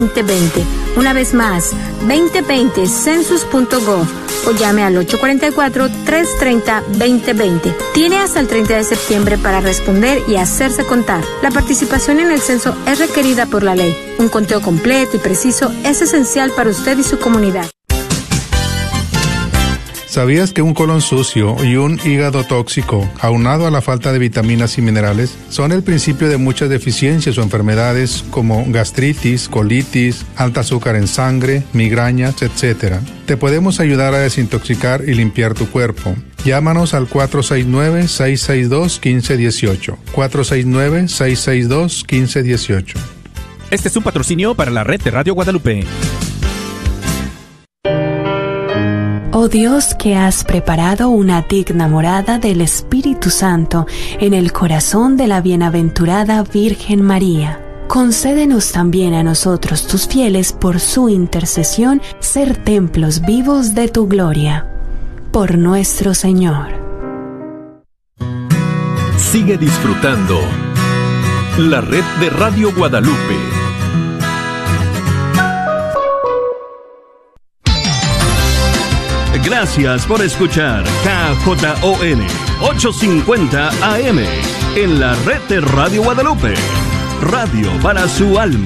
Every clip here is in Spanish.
2020. Una vez más, 2020 census.gov o llame al 844-330-2020. Tiene hasta el 30 de septiembre para responder y hacerse contar. La participación en el censo es requerida por la ley. Un conteo completo y preciso es esencial para usted y su comunidad. ¿Sabías que un colon sucio y un hígado tóxico, aunado a la falta de vitaminas y minerales, son el principio de muchas deficiencias o enfermedades como gastritis, colitis, alta azúcar en sangre, migrañas, etc.? Te podemos ayudar a desintoxicar y limpiar tu cuerpo. Llámanos al 469-662-1518. 469-662-1518. Este es un patrocinio para la red de Radio Guadalupe. Oh Dios, que has preparado una digna morada del Espíritu Santo en el corazón de la bienaventurada Virgen María, concédenos también a nosotros, tus fieles, por su intercesión, ser templos vivos de tu gloria. Por nuestro Señor. Sigue disfrutando la red de Radio Guadalupe. Gracias por escuchar KJON 850 AM en la red de Radio Guadalupe. Radio para su alma.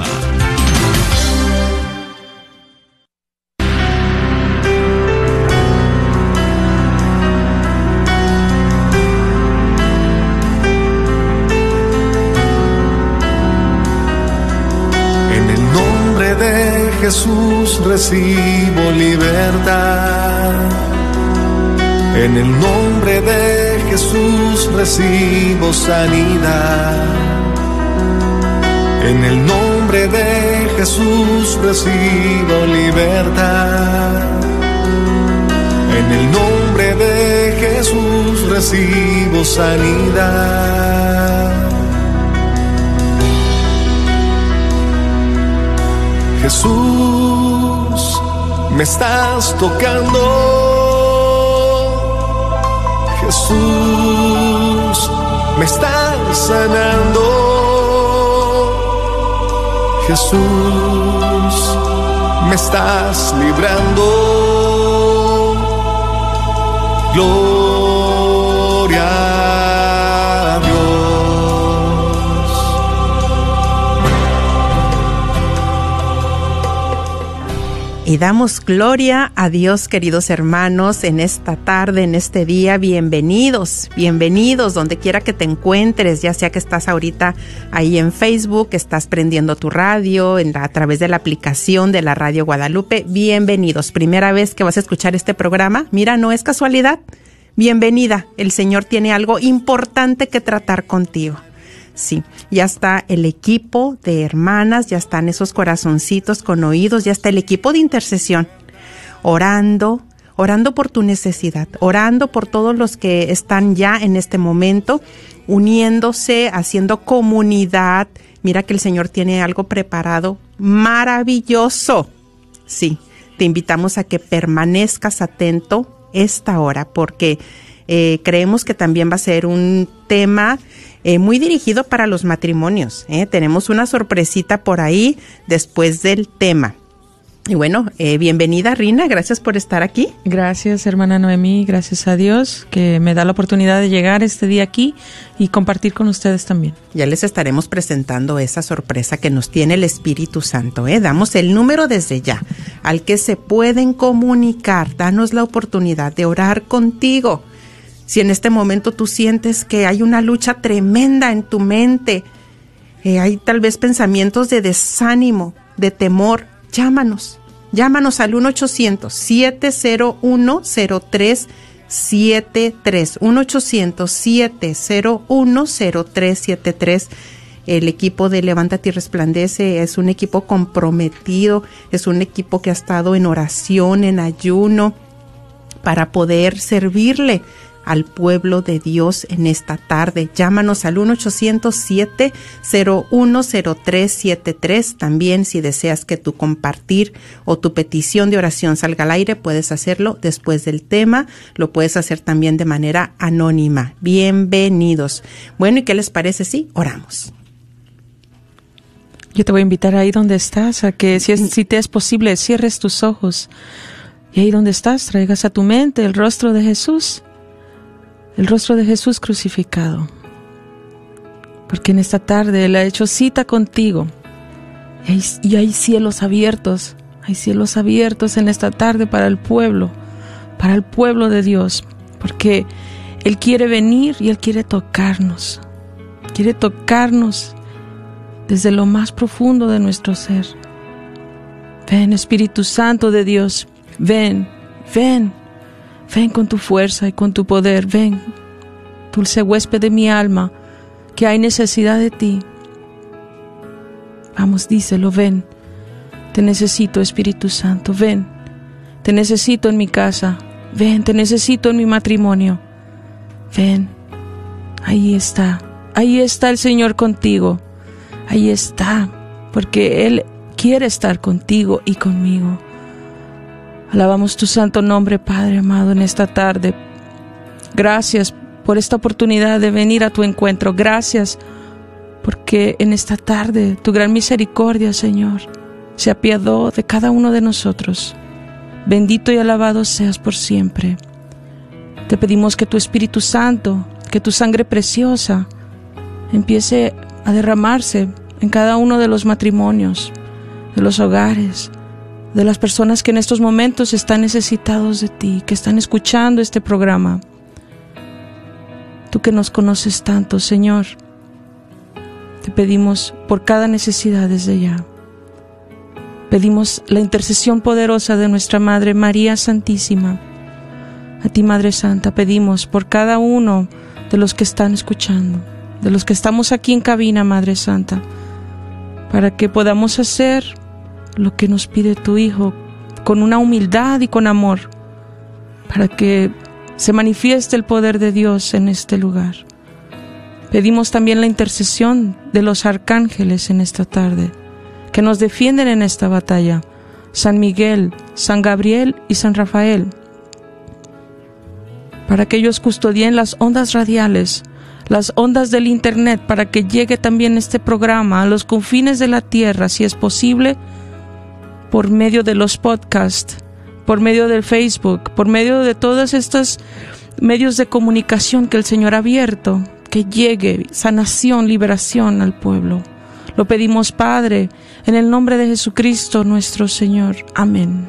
En el nombre de Jesús recibo libertad. En el nombre de Jesús recibo sanidad. En el nombre de Jesús recibo libertad. En el nombre de Jesús recibo sanidad. Jesús, me estás tocando. Jesús, me estás sanando. Jesús, me estás librando. Gloria a Dios. Y damos gloria a Dios, queridos hermanos, en esta tarde, en este día. Bienvenidos, bienvenidos donde quiera que te encuentres, ya sea que estás ahorita ahí en Facebook, estás prendiendo tu radio, a través de la aplicación de la Radio Guadalupe. Bienvenidos. Primera vez que vas a escuchar este programa. Mira, no es casualidad. Bienvenida. El Señor tiene algo importante que tratar contigo. Sí, ya está el equipo de hermanas, ya están esos corazoncitos con oídos, ya está el equipo de intercesión, orando por tu necesidad, orando por todos los que están ya en este momento, uniéndose, haciendo comunidad. Mira que el Señor tiene algo preparado maravilloso. Sí, te invitamos a que permanezcas atento esta hora, porque creemos que también va a ser un tema muy dirigido para los matrimonios. Tenemos una sorpresita por ahí después del tema. Y bueno, bienvenida Rina, gracias por estar aquí. Gracias hermana Noemí, gracias a Dios que me da la oportunidad de llegar este día aquí y compartir con ustedes también. Ya les estaremos presentando esa sorpresa que nos tiene el Espíritu Santo. Damos el número desde ya al que se pueden comunicar. Danos la oportunidad de orar contigo. Si en este momento tú sientes que hay una lucha tremenda en tu mente, hay tal vez pensamientos de desánimo, de temor, llámanos al 1-800-701-0373, 1-800-701-0373. El equipo de Levántate y Resplandece es un equipo comprometido, es un equipo que ha estado en oración, en ayuno, para poder servirle al pueblo de Dios en esta tarde. Llámanos al 1-800-701-0373. También, si deseas que tu compartir o tu petición de oración salga al aire, puedes hacerlo después del tema. Lo puedes hacer también de manera anónima. Bienvenidos. Bueno, ¿y qué les parece si oramos? Yo te voy a invitar ahí donde estás, a que si te es posible, cierres tus ojos. Y ahí donde estás, traigas a tu mente el rostro de Jesús crucificado. Porque en esta tarde Él ha hecho cita contigo. Y hay cielos abiertos en esta tarde para el pueblo de Dios. Porque Él quiere venir y Él quiere tocarnos. Quiere tocarnos desde lo más profundo de nuestro ser. Ven, Espíritu Santo de Dios, ven con tu fuerza y con tu poder, ven, dulce huésped de mi alma, que hay necesidad de ti. Vamos, díselo, ven, te necesito, Espíritu Santo, ven, te necesito en mi casa, ven, te necesito en mi matrimonio, ven, ahí está el Señor contigo. Ahí está, porque Él quiere estar contigo y conmigo. Alabamos tu santo nombre, Padre amado, en esta tarde. Gracias por esta oportunidad de venir a tu encuentro. Gracias porque en esta tarde tu gran misericordia, Señor, se apiadó de cada uno de nosotros. Bendito y alabado seas por siempre. Te pedimos que tu Espíritu Santo, que tu sangre preciosa empiece a derramarse en cada uno de los matrimonios, de los hogares, de las personas que en estos momentos están necesitados de ti, que están escuchando este programa. Tú que nos conoces tanto, Señor, te pedimos por cada necesidad desde ya. Pedimos la intercesión poderosa de nuestra Madre María Santísima. A ti, Madre Santa, pedimos por cada uno de los que están escuchando, de los que estamos aquí en cabina, Madre Santa, para que podamos hacer lo que nos pide tu Hijo con una humildad y con amor, para que se manifieste el poder de Dios en este lugar. Pedimos también la intercesión de los arcángeles en esta tarde, que nos defienden en esta batalla, San Miguel, San Gabriel y San Rafael, para que ellos custodien las ondas radiales, las ondas del internet, para que llegue también este programa a los confines de la tierra, si es posible, por medio de los podcasts, por medio del Facebook, por medio de todos estos medios de comunicación que el Señor ha abierto, que llegue sanación, liberación al pueblo. Lo pedimos, Padre, en el nombre de Jesucristo nuestro Señor. Amén.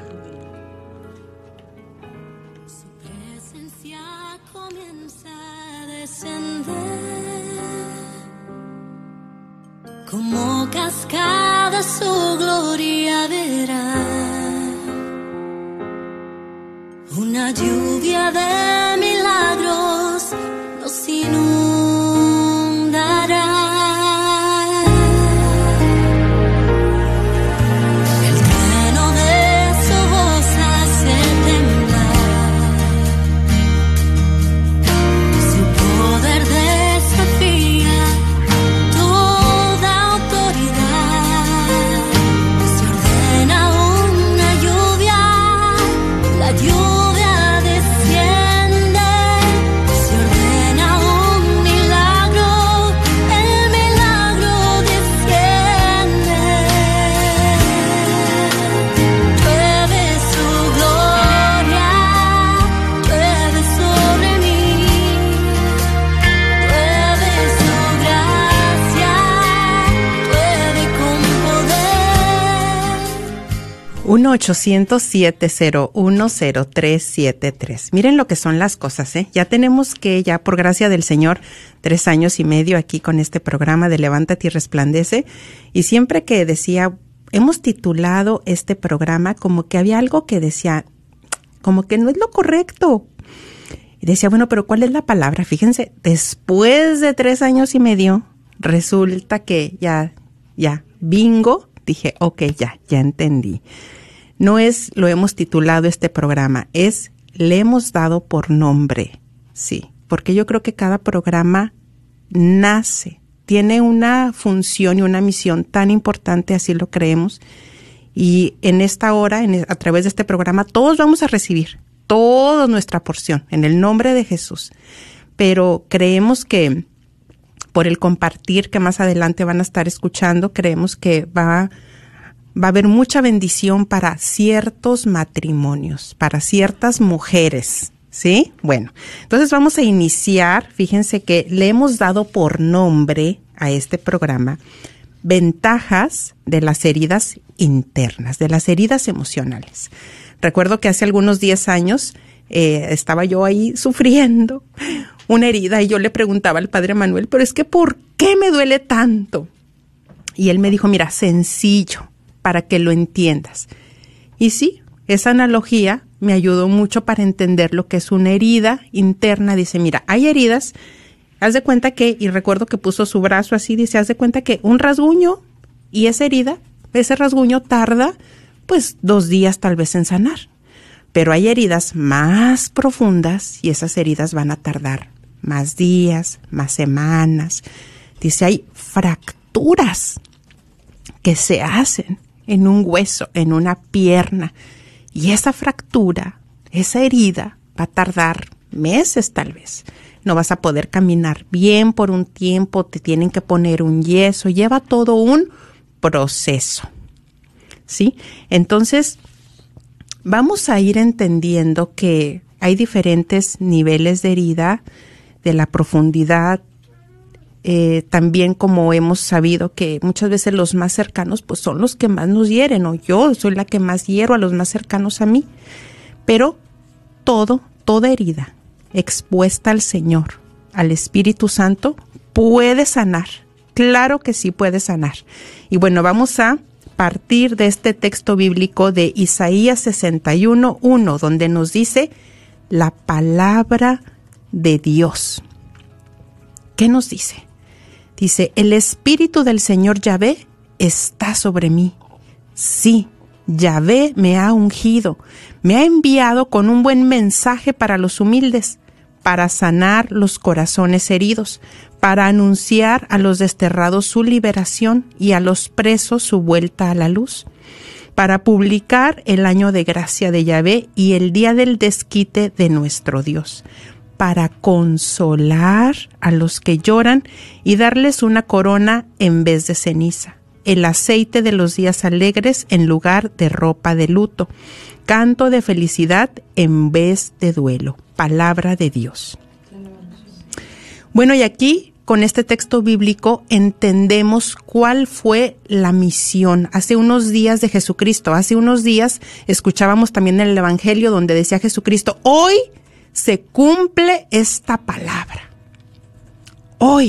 Como cascada su gloria verá, una lluvia de milagros nos inundará. El trueno de su voz hace temblar, su poder desafía toda autoridad. Se ordena una lluvia, la lluvia desciende. Se ordena un milagro, el milagro desciende. Llueve su gloria, llueve sobre mí, llueve su gracia, llueve con poder. 1-800-701-0373. Miren lo que son las cosas, ¿eh? Ya tenemos ya por gracia del Señor, 3 años y medio aquí con este programa de Levántate y Resplandece. Y siempre que hemos titulado este programa como que había algo que decía, como que no es lo correcto. Y decía, bueno, pero ¿cuál es la palabra? Fíjense, después de 3 años y medio, resulta que ya, bingo, dije, ok, ya entendí. No es, lo hemos titulado este programa, le hemos dado por nombre, sí, porque yo creo que cada programa tiene una función y una misión tan importante, así lo creemos, y en esta hora, a través de este programa, todos vamos a recibir toda nuestra porción, en el nombre de Jesús, pero creemos que por el compartir que más adelante van a estar escuchando. Creemos que va a haber mucha bendición para ciertos matrimonios, para ciertas mujeres, ¿sí? Bueno, entonces vamos a iniciar. Fíjense que le hemos dado por nombre a este programa Ventajas de las heridas internas, de las heridas emocionales. Recuerdo que hace algunos 10 años estaba yo ahí sufriendo una herida y yo le preguntaba al Padre Manuel, pero es que ¿por qué me duele tanto? Y él me dijo, mira, sencillo, para que lo entiendas. Y sí, esa analogía me ayudó mucho para entender lo que es una herida interna. Dice, mira, hay heridas, haz de cuenta que, y recuerdo que puso su brazo así, dice, haz de cuenta que un rasguño y esa herida, ese rasguño tarda pues 2 días tal vez en sanar. Pero hay heridas más profundas y esas heridas van a tardar más días, más semanas. Dice, hay fracturas que se hacen en un hueso, en una pierna. Y esa fractura, esa herida, va a tardar meses tal vez. No vas a poder caminar bien por un tiempo, te tienen que poner un yeso, lleva todo un proceso, ¿sí? Entonces, vamos a ir entendiendo que hay diferentes niveles de herida, de la profundidad. También, como hemos sabido, que muchas veces los más cercanos pues son los que más nos hieren, o yo soy la que más hiero a los más cercanos a mí. Pero toda herida expuesta al Señor, al Espíritu Santo, puede sanar. Claro que sí puede sanar. Y bueno, vamos a partir de este texto bíblico de Isaías 61:1, donde nos dice la palabra de Dios. ¿Qué nos dice? Dice, el Espíritu del Señor Yahvé está sobre mí. Sí, Yahvé me ha ungido, me ha enviado con un buen mensaje para los humildes, para sanar los corazones heridos, para anunciar a los desterrados su liberación y a los presos su vuelta a la luz, para publicar el año de gracia de Yahvé y el día del desquite de nuestro Dios, para consolar a los que lloran y darles una corona en vez de ceniza, el aceite de los días alegres en lugar de ropa de luto, canto de felicidad en vez de duelo. Palabra de Dios. Bueno, y aquí con este texto bíblico entendemos cuál fue la misión hace unos días de Jesucristo. Hace unos días escuchábamos también en el Evangelio donde decía Jesucristo, hoy se cumple esta palabra. Hoy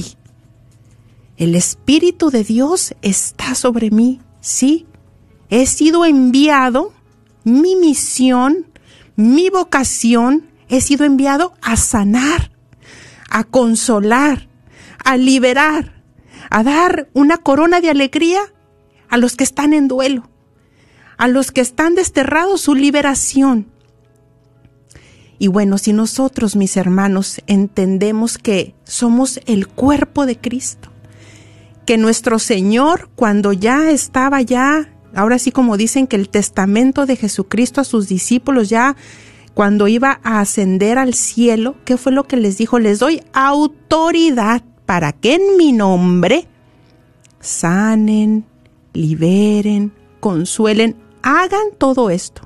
el Espíritu de Dios está sobre mí. Sí, he sido enviado, mi misión, mi vocación, he sido enviado a sanar, a consolar, a liberar, a dar una corona de alegría a los que están en duelo, a los que están desterrados, su liberación. Y bueno, si nosotros, mis hermanos, entendemos que somos el cuerpo de Cristo, que nuestro Señor, cuando ya estaba ahora sí como dicen que el testamento de Jesucristo a sus discípulos ya, cuando iba a ascender al cielo, ¿qué fue lo que les dijo? Les doy autoridad para que en mi nombre sanen, liberen, consuelen, hagan todo esto.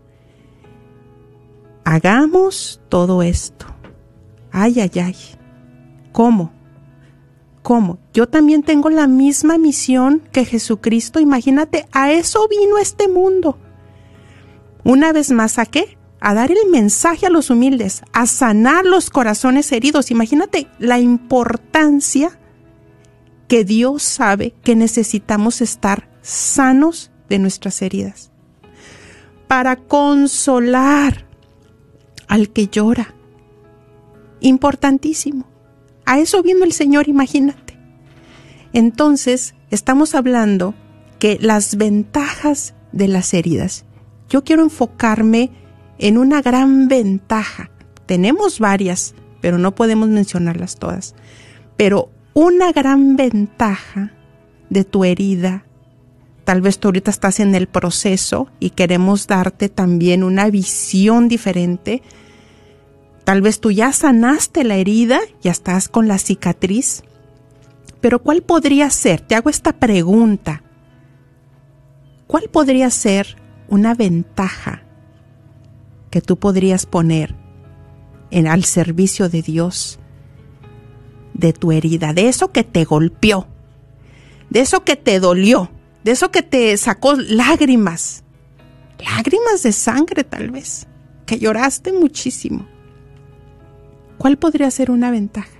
Hagamos todo esto. Ay, ay, ay. ¿Cómo? Yo también tengo la misma misión que Jesucristo. Imagínate, a eso vino este mundo. Una vez más, ¿a qué? A dar el mensaje a los humildes, a sanar los corazones heridos. Imagínate la importancia que Dios sabe que necesitamos estar sanos de nuestras heridas. Para consolar al que llora. Importantísimo. A eso vino el Señor, imagínate. Entonces, estamos hablando que las ventajas de las heridas. Yo quiero enfocarme en una gran ventaja. Tenemos varias, pero no podemos mencionarlas todas. Pero una gran ventaja de tu herida, tal vez tú ahorita estás en el proceso y queremos darte también una visión diferente. Tal vez tú ya sanaste la herida, ya estás con la cicatriz, Pero ¿cuál podría ser? Te hago esta pregunta. ¿Cuál podría ser una ventaja que tú podrías poner al servicio de Dios de tu herida, de eso que te golpeó, de eso que te dolió, de eso que te sacó lágrimas de sangre tal vez, que lloraste muchísimo? ¿Cuál podría ser una ventaja?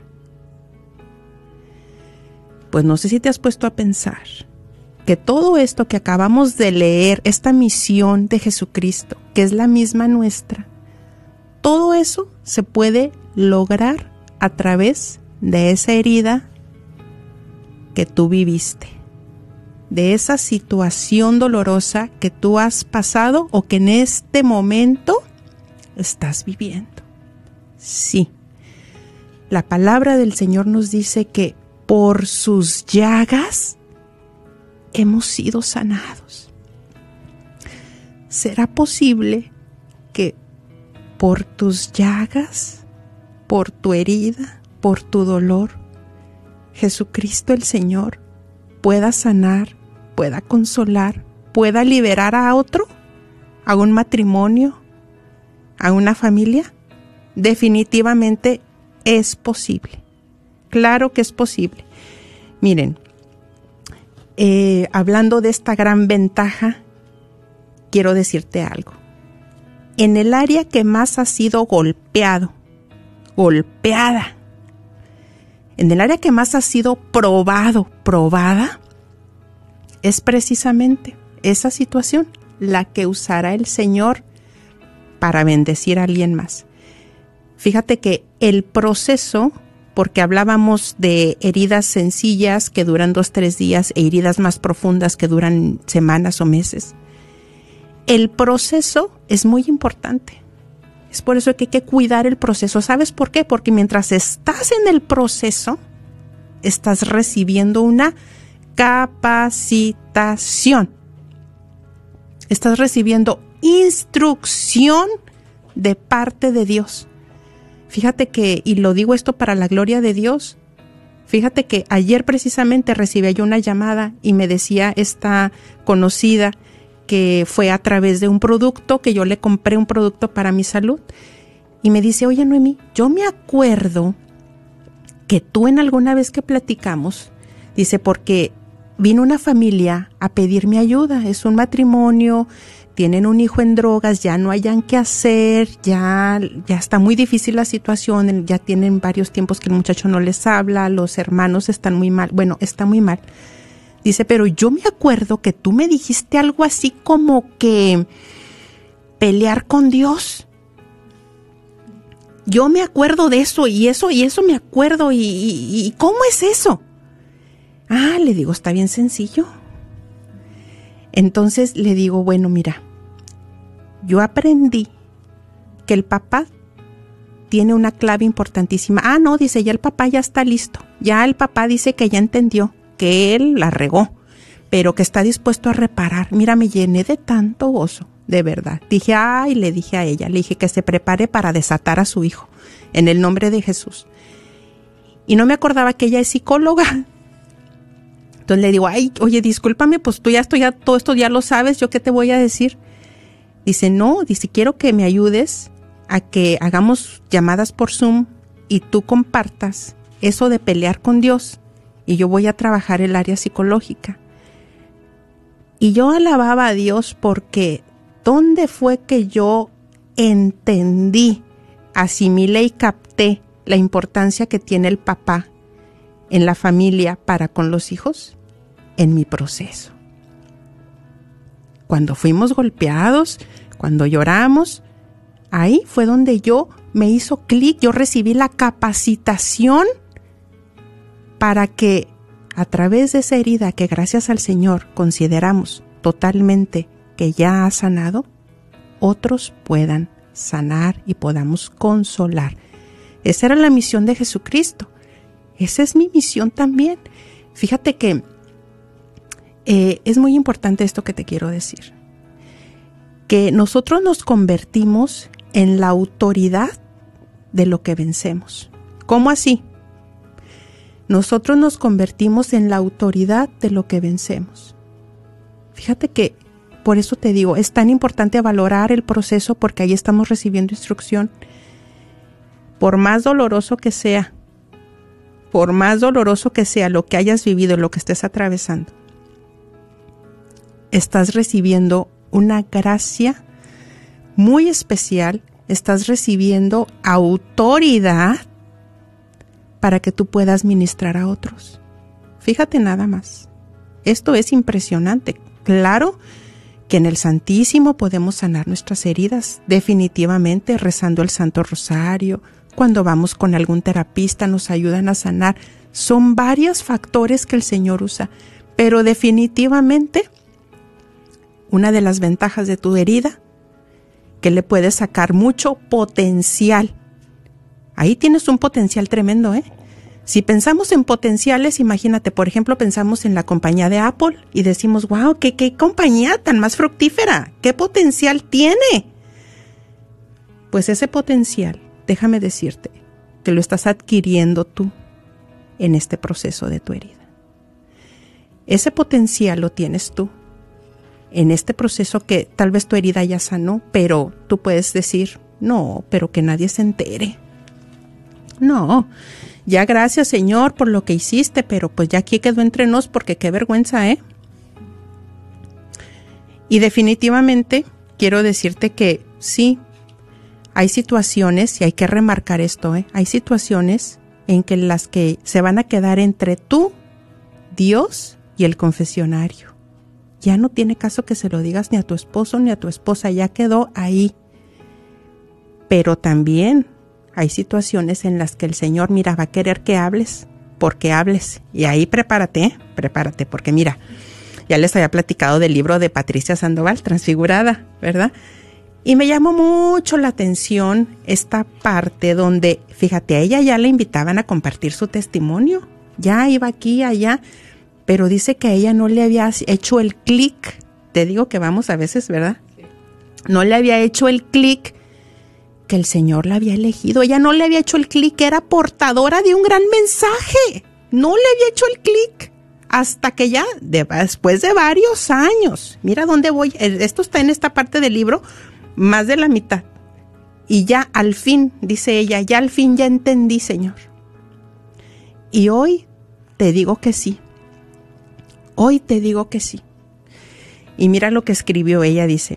Pues no sé si te has puesto a pensar que todo esto que acabamos de leer, esta misión de Jesucristo, que es la misma nuestra, todo eso se puede lograr a través de esa herida que tú viviste, de esa situación dolorosa que tú has pasado o que en este momento estás viviendo. Sí, la palabra del Señor nos dice que por sus llagas hemos sido sanados. ¿Será posible que por tus llagas, por tu herida, por tu dolor, Jesucristo el Señor pueda sanar, pueda consolar, pueda liberar a otro, a un matrimonio, a una familia? Definitivamente es posible. Claro que es posible. Miren, hablando de esta gran ventaja, quiero decirte algo. En el área que más has sido golpeada, en el área que más has sido probada, es precisamente esa situación la que usará el Señor para bendecir a alguien más. Fíjate que el proceso, porque hablábamos de heridas sencillas que duran 2-3 días e heridas más profundas que duran semanas o meses. El proceso es muy importante. Es por eso que hay que cuidar el proceso. ¿Sabes por qué? Porque mientras estás en el proceso, estás recibiendo una capacitación. Estás recibiendo instrucción de parte de Dios. Fíjate que, y lo digo esto para la gloria de Dios, fíjate que ayer precisamente recibí yo una llamada y me decía esta conocida que fue a través de un producto, que yo le compré un producto para mi salud, y me dice: oye, Noemí, yo me acuerdo que tú en alguna vez que platicamos, dice, porque vino una familia a pedirme ayuda, es un matrimonio, tienen un hijo en drogas, ya no hayan qué hacer, ya está muy difícil la situación, ya tienen varios tiempos que el muchacho no les habla, los hermanos están muy mal, bueno, está muy mal. Dice, pero yo me acuerdo que tú me dijiste algo así como que pelear con Dios. Yo me acuerdo de eso y eso me acuerdo y ¿cómo es eso? Ah, le digo, está bien sencillo. Entonces le digo, bueno, mira, yo aprendí que el papá tiene una clave importantísima. Ah, no, dice, ya el papá ya está listo. Ya el papá dice que ya entendió, que él la regó, pero que está dispuesto a reparar. Mira, me llené de tanto gozo, de verdad. Dije, ay, le dije a ella, le dije que se prepare para desatar a su hijo, en el nombre de Jesús. Y no me acordaba que ella es psicóloga. Entonces le digo, ay, oye, discúlpame, pues tú ya todo esto ya lo sabes, ¿yo qué te voy a decir? Dice, no, dice, quiero que me ayudes a que hagamos llamadas por Zoom y tú compartas eso de pelear con Dios y yo voy a trabajar el área psicológica. Y yo alababa a Dios porque ¿dónde fue que yo entendí, asimilé y capté la importancia que tiene el papá en la familia para con los hijos? En mi proceso. Cuando fuimos golpeados, cuando lloramos, ahí fue donde yo me hizo clic, yo recibí la capacitación para que a través de esa herida que gracias al Señor consideramos totalmente que ya ha sanado, otros puedan sanar y podamos consolar. Esa era la misión de Jesucristo. Esa es mi misión también. Fíjate que es muy importante esto que te quiero decir. Que nosotros nos convertimos en la autoridad de lo que vencemos. ¿Cómo así? nosotros nos convertimos en la autoridad de lo que vencemos. Fíjate que, por eso te digo, es tan importante valorar el proceso, porque ahí estamos recibiendo instrucción. Por más doloroso que sea lo que hayas vivido, lo que estés atravesando, estás recibiendo una gracia muy especial, estás recibiendo autoridad para que tú puedas ministrar a otros. Fíjate nada más. Esto es impresionante. Claro que en el Santísimo podemos sanar nuestras heridas, definitivamente, rezando el Santo Rosario. Cuando vamos con algún terapista nos ayudan a sanar. Son varios factores que el Señor usa, pero definitivamente una de las ventajas de tu herida, que le puedes sacar mucho potencial. Ahí tienes un potencial tremendo, ¿eh? Si pensamos en potenciales, imagínate, por ejemplo, pensamos en la compañía de Apple y decimos, wow, qué compañía tan más fructífera, qué potencial tiene. Pues ese potencial, déjame decirte, que lo estás adquiriendo tú en este proceso de tu herida. Ese potencial lo tienes tú en este proceso que tal vez tu herida ya sanó, pero tú puedes decir, no, pero que nadie se entere. No, ya gracias Señor por lo que hiciste, pero pues ya aquí quedó entre nos porque qué vergüenza, ¿eh? Y definitivamente quiero decirte que sí, hay situaciones, y hay que remarcar esto, hay situaciones en que las que se van a quedar entre tú, Dios y el confesionario. Ya no tiene caso que se lo digas ni a tu esposo ni a tu esposa, ya quedó ahí. Pero también hay situaciones en las que el Señor, mira, va a querer que hables, porque hables. Y ahí prepárate, porque mira, ya les había platicado del libro de Patricia Sandoval, Transfigurada, ¿verdad? Y me llamó mucho la atención esta parte donde, fíjate, a ella ya le invitaban a compartir su testimonio. Ya iba aquí, allá, pero dice que a ella no le había hecho el clic. Te digo que vamos a veces, ¿verdad? No le había hecho el clic que el Señor la había elegido. Ella no le había hecho el clic, era portadora de un gran mensaje. No le había hecho el clic. Hasta que ya, después de varios años, mira dónde voy. Esto está en esta parte del libro, más de la mitad. Y ya al fin, dice ella, ya al fin ya entendí, Señor. Y hoy te digo que sí. Hoy te digo que sí. Y mira lo que escribió ella, dice: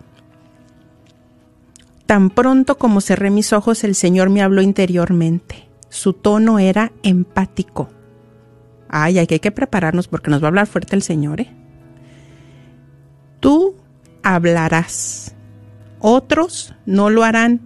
tan pronto como cerré mis ojos, el Señor me habló interiormente. Su tono era empático. Ay, hay que prepararnos porque nos va a hablar fuerte el Señor, ¿eh? Tú hablarás, otros no lo harán.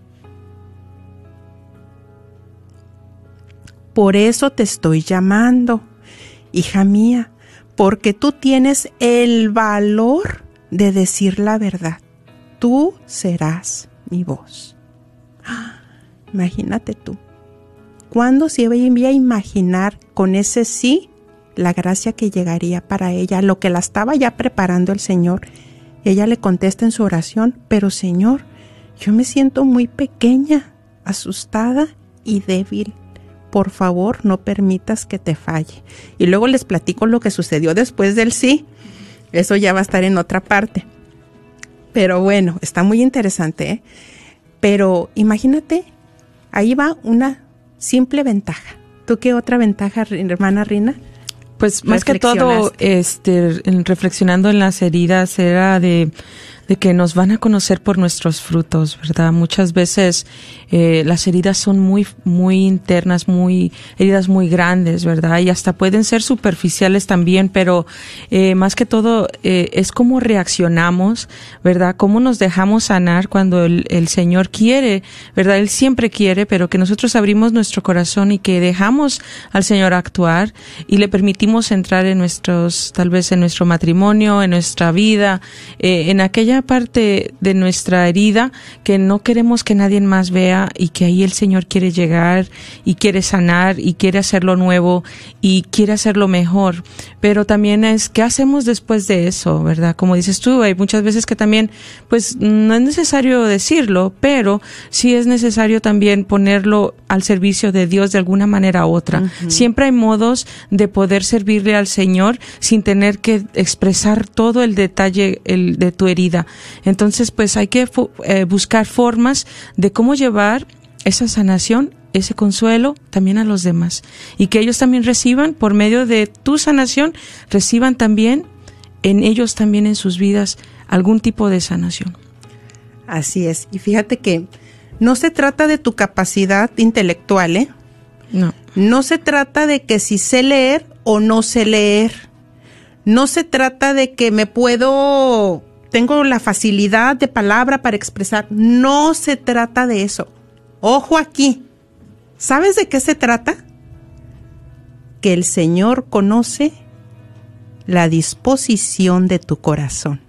Por eso te estoy llamando, hija mía, porque tú tienes el valor de decir la verdad. Tú serás mi voz. Imagínate tú. ¿Cuándo se iba a imaginar con ese sí la gracia que llegaría para ella, lo que la estaba ya preparando el Señor? Ella le contesta en su oración: pero Señor, yo me siento muy pequeña, asustada y débil. Por favor, no permitas que te falle. Y luego les platico lo que sucedió después del sí. Eso ya va a estar en otra parte. Pero bueno, está muy interesante, ¿eh? Pero imagínate, ahí va una simple ventaja. ¿Tú qué otra ventaja, hermana Rina? Pues más que todo, reflexionando en las heridas, era de que nos van a conocer por nuestros frutos, ¿verdad? Muchas veces las heridas son muy internas, heridas muy grandes, ¿verdad? Y hasta pueden ser superficiales también, pero más que todo es cómo reaccionamos, ¿verdad? Cómo nos dejamos sanar cuando el Señor quiere, ¿verdad? Él siempre quiere, pero que nosotros abrimos nuestro corazón y que dejamos al Señor actuar y le permitimos entrar en tal vez en nuestro matrimonio, en nuestra vida, en aquella pequeña parte de nuestra herida que no queremos que nadie más vea y que ahí el Señor quiere llegar y quiere sanar y quiere hacerlo nuevo y quiere hacerlo mejor. Pero también es, ¿qué hacemos después de eso, verdad? Como dices tú, hay muchas veces que también, pues, no es necesario decirlo, pero sí es necesario también ponerlo al servicio de Dios de alguna manera u otra. Uh-huh. Siempre hay modos de poder servirle al Señor sin tener que expresar todo el detalle de tu herida. Entonces, pues hay que buscar formas de cómo llevar esa sanación, ese consuelo también a los demás. Y que ellos también reciban, por medio de tu sanación, reciban también en ellos también en sus vidas algún tipo de sanación. Así es. Y fíjate que no se trata de tu capacidad intelectual, ¿eh? No. No se trata de que si sé leer o no sé leer. No se trata de que tengo la facilidad de palabra para expresar. No se trata de eso. Ojo aquí. ¿Sabes de qué se trata? Que el Señor conoce la disposición de tu corazón.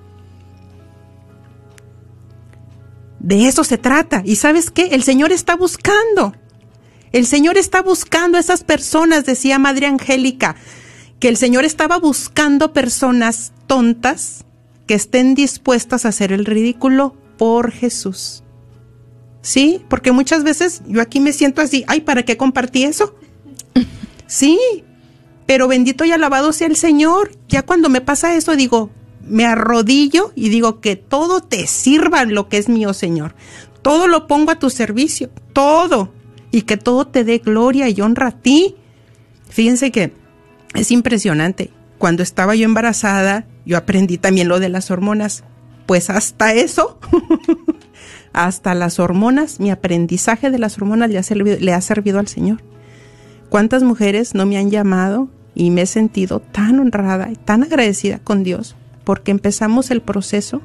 De eso se trata. ¿Y sabes qué? El Señor está buscando. El Señor está buscando a esas personas, decía Madre Angélica, que el Señor estaba buscando personas tontas que estén dispuestas a hacer el ridículo por Jesús. Sí, porque muchas veces yo aquí me siento así, ay, ¿para qué compartí eso? Sí, pero bendito y alabado sea el Señor. Ya cuando me pasa eso digo, me arrodillo y digo que todo te sirva lo que es mío, Señor. Todo lo pongo a tu servicio, todo. Y que todo te dé gloria y honra a ti. Fíjense que es impresionante. Cuando estaba yo embarazada, yo aprendí también lo de las hormonas. Pues hasta eso, hasta las hormonas, mi aprendizaje de las hormonas le ha servido al Señor. ¿Cuántas mujeres no me han llamado y me he sentido tan honrada y tan agradecida con Dios? Porque empezamos el proceso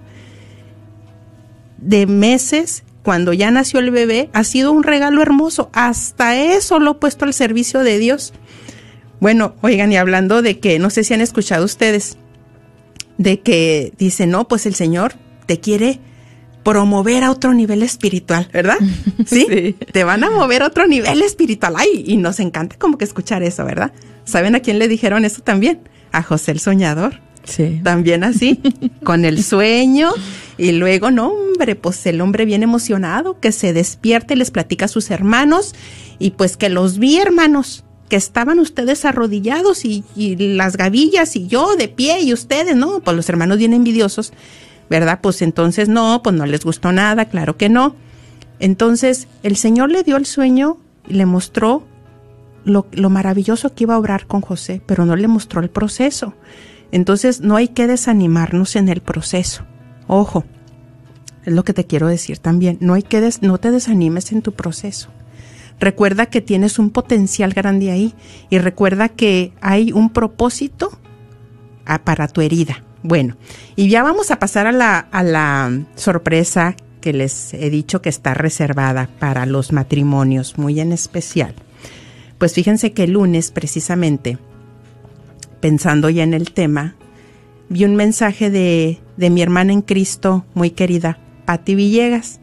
de meses. Cuando ya nació el bebé, ha sido un regalo hermoso. Hasta eso lo he puesto al servicio de Dios. Bueno, oigan, y hablando de que, no sé si han escuchado ustedes, de que dice, no, pues el Señor te quiere promover a otro nivel espiritual, ¿verdad? ¿Sí? Sí. Te van a mover a otro nivel espiritual. Ay, y nos encanta como que escuchar eso, ¿verdad? ¿Saben a quién le dijeron eso también? A José el Soñador. Sí. También así, con el sueño, y luego, no, hombre, pues el hombre bien emocionado, que se despierte y les platica a sus hermanos, y pues que los vi, hermanos, que estaban ustedes arrodillados y las gavillas y yo de pie y ustedes, no, pues los hermanos bien envidiosos, ¿verdad? Pues entonces no, pues no les gustó nada, claro que no. Entonces el Señor le dio el sueño y le mostró lo maravilloso que iba a obrar con José, pero no le mostró el proceso. Entonces no hay que desanimarnos en el proceso. Ojo, es lo que te quiero decir también. No te desanimes en tu proceso. Recuerda que tienes un potencial grande ahí y recuerda que hay un propósito para tu herida. Bueno, y ya vamos a pasar a la sorpresa que les he dicho que está reservada para los matrimonios, muy en especial. Pues fíjense que el lunes precisamente, pensando ya en el tema, vi un mensaje de mi hermana en Cristo, muy querida, Pati Villegas.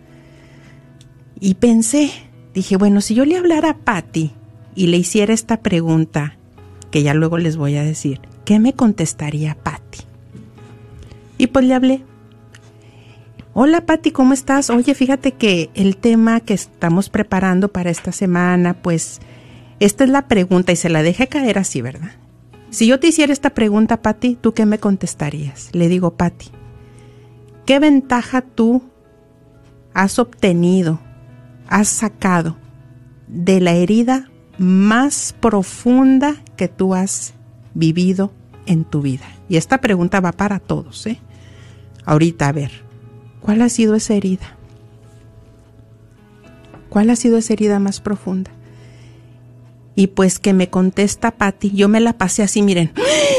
Y pensé, dije, bueno, si yo le hablara a Pati y le hiciera esta pregunta, que ya luego les voy a decir, ¿qué me contestaría Pati? Y pues le hablé. Hola Pati, ¿cómo estás? Oye, fíjate que el tema que estamos preparando para esta semana, pues esta es la pregunta y se la dejé caer así, ¿verdad? Si yo te hiciera esta pregunta, Pati, ¿tú qué me contestarías? Le digo, Pati, ¿qué ventaja tú has obtenido, has sacado de la herida más profunda que tú has vivido en tu vida? Y esta pregunta va para todos, ¿eh? Ahorita, a ver, ¿cuál ha sido esa herida? ¿Cuál ha sido esa herida más profunda? Y pues que me contesta Pati, yo me la pasé así, miren,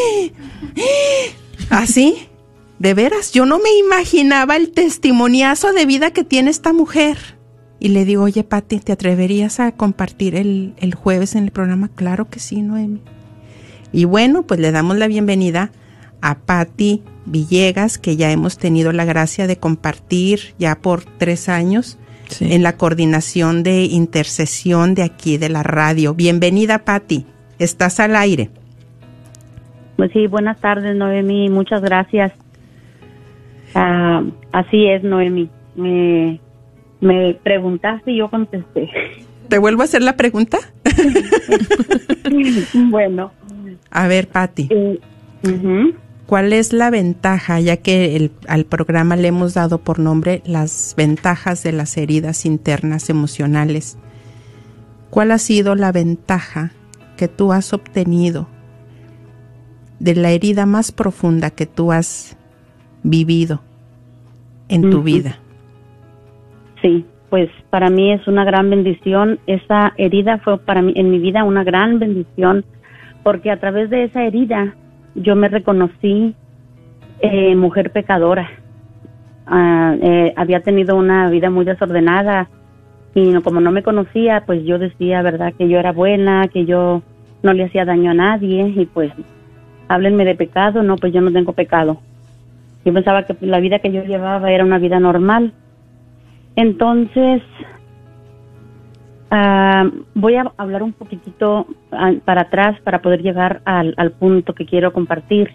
así, de veras, yo no me imaginaba el testimoniazo de vida que tiene esta mujer. Y le digo, oye Pati, ¿te atreverías a compartir el jueves en el programa? Claro que sí, Noemi. Y bueno, pues le damos la bienvenida a Pati Villegas, que ya hemos tenido la gracia de compartir ya por 3 años Sí. en la coordinación de intercesión de aquí de la radio. Bienvenida, Patti. Estás al aire. Pues sí, buenas tardes, Noemi. Muchas gracias. Así es, Noemi. Me preguntaste y yo contesté. ¿Te vuelvo a hacer la pregunta? Bueno. A ver, Patti. Ujú. ¿Cuál es la ventaja, ya que al programa le hemos dado por nombre las ventajas de las heridas internas emocionales? ¿Cuál ha sido la ventaja que tú has obtenido de la herida más profunda que tú has vivido en tu vida? Sí, pues para mí es una gran bendición. Esa herida fue para mí en mi vida una gran bendición, porque a través de esa herida yo me reconocí mujer pecadora. Había tenido una vida muy desordenada y como no me conocía, pues yo decía, verdad, que yo era buena, que yo no le hacía daño a nadie, y pues háblenme de pecado. No, pues yo no tengo pecado. Yo pensaba que la vida que yo llevaba era una vida normal. Entonces, voy a hablar un poquitito para atrás para poder llegar al punto que quiero compartir.